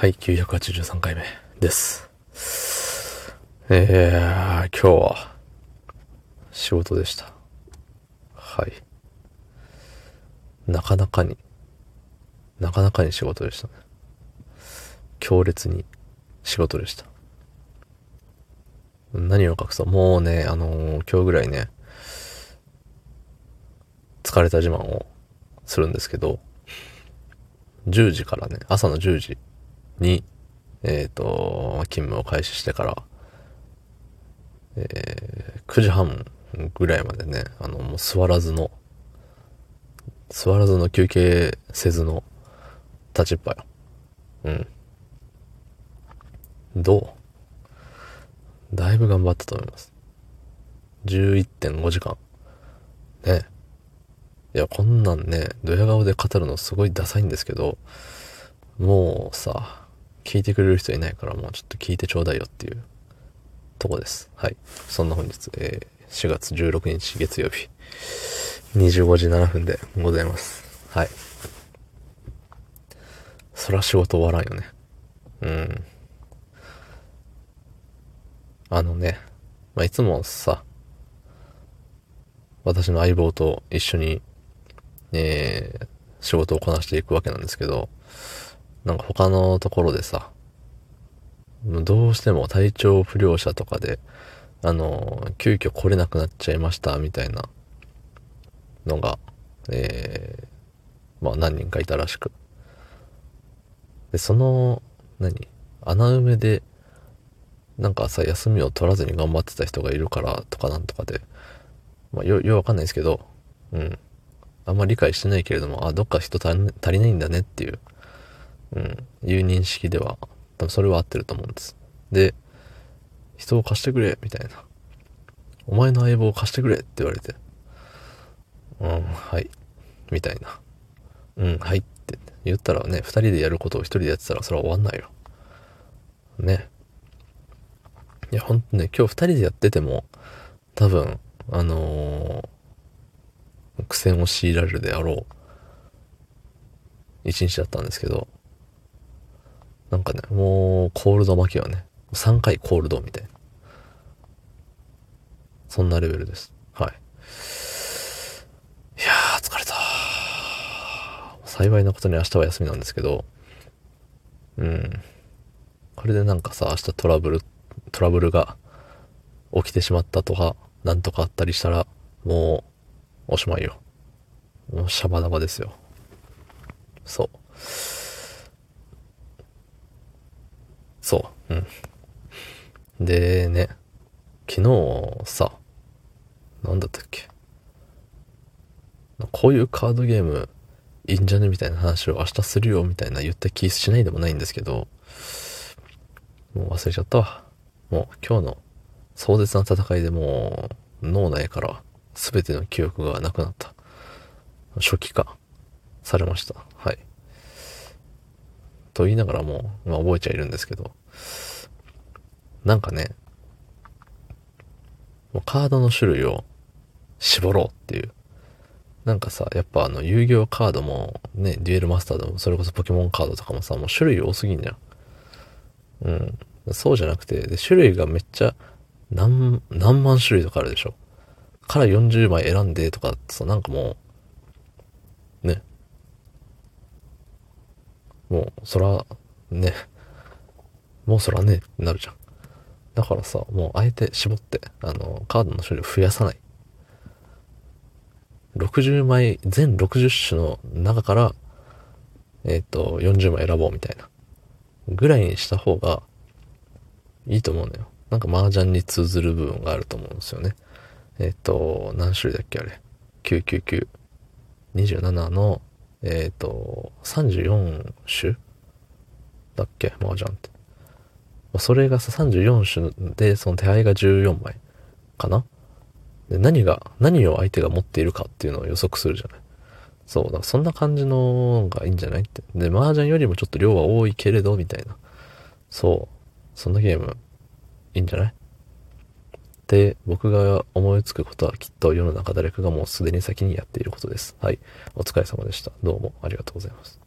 はい、983回目です。今日は仕事でした。はい。なかなかに仕事でしたね。強烈に仕事でした。何を隠そう、もうね、今日ぐらいね、疲れた自慢をするんですけど、10時からね、朝の10時に、勤務を開始してから、9時半ぐらいまでね、もう座らずの休憩せずの立ちっぱよ。うん。だいぶ頑張ったと思います。11.5時間。ね。いや、こんなんね、ドヤ顔で語るのすごいダサいんですけど、もうさ、聞いてくれる人いないからもうちょっと聞いてちょうだいよっていうとこです。はい。そんな本日、4月16日月曜日、25時7分でございます。はい。そら仕事終わらんよね。うん。いつもさ、私の相棒と一緒に、仕事をこなしていくわけなんですけど、なんか他のところでさ、どうしても体調不良者とかで、急遽来れなくなっちゃいましたみたいなのが、何人かいたらしく。で、穴埋めで、なんかさ、休みを取らずに頑張ってた人がいるからとかなんとかで、ようわかんないですけど、うん。あんま理解してないけれども、どっか人足りないんだねっていう、いう認識では、多分それは合ってると思うんです。で、人を貸してくれ、みたいな。お前の相棒を貸してくれって言われて、はい、みたいな。はいって言ったらね、二人でやることを一人でやってたらそれは終わんないよ。ね。いや、ほんとね、今日二人でやってても、多分、苦戦を強いられるであろう一日だったんですけど、なんかね、もう、コールド負けはね、3回コールドみたいな。そんなレベルです。はい。いやー、疲れた。幸いなことに明日は休みなんですけど、うん。これでなんかさ、明日トラブルが起きてしまったとか、なんとかあったりしたら、もう、おしまいよ。もうシャバダバですよ。そう。そう。でね、昨日さ、なんだったっけ。こういうカードゲームいいんじゃねみたいな話を明日するよみたいな言った気しないでもないんですけど、もう忘れちゃったわ。もう今日の壮絶な戦いでもう脳内から全ての記憶がなくなった。初期化されました。はい。と言いながらも、覚えちゃいるんですけど、なんかね、もうカードの種類を絞ろうっていう。なんかさ、やっぱ遊戯王カードもね、デュエルマスターでもそれこそポケモンカードとかもさ、もう種類多すぎんじゃん。うん。そうじゃなくて、で、種類がめっちゃ何万種類とかあるでしょ。から40枚選んでとかってさ、なんかもう、ね、もう、ね、もうそらね、ってなるじゃん。だからさ、もうあえて絞って、カードの種類を増やさない。60枚、全60種の中から、40枚選ぼうみたいな。ぐらいにした方がいいと思うのよ。なんか麻雀に通ずる部分があると思うんですよね。何種類だっけあれ。999。27の、34種だっけ麻雀って。それがさ、34種で、その手配が14枚かな。で、何を相手が持っているかっていうのを予測するじゃない。そう、だからそんな感じのがいいんじゃないって。で、麻雀よりもちょっと量は多いけれど、みたいな。そう。そんなゲーム、いいんじゃないで、僕が思いつくことはきっと世の中誰かがもうすでに先にやっていることです。はい。お疲れ様でした。どうもありがとうございます。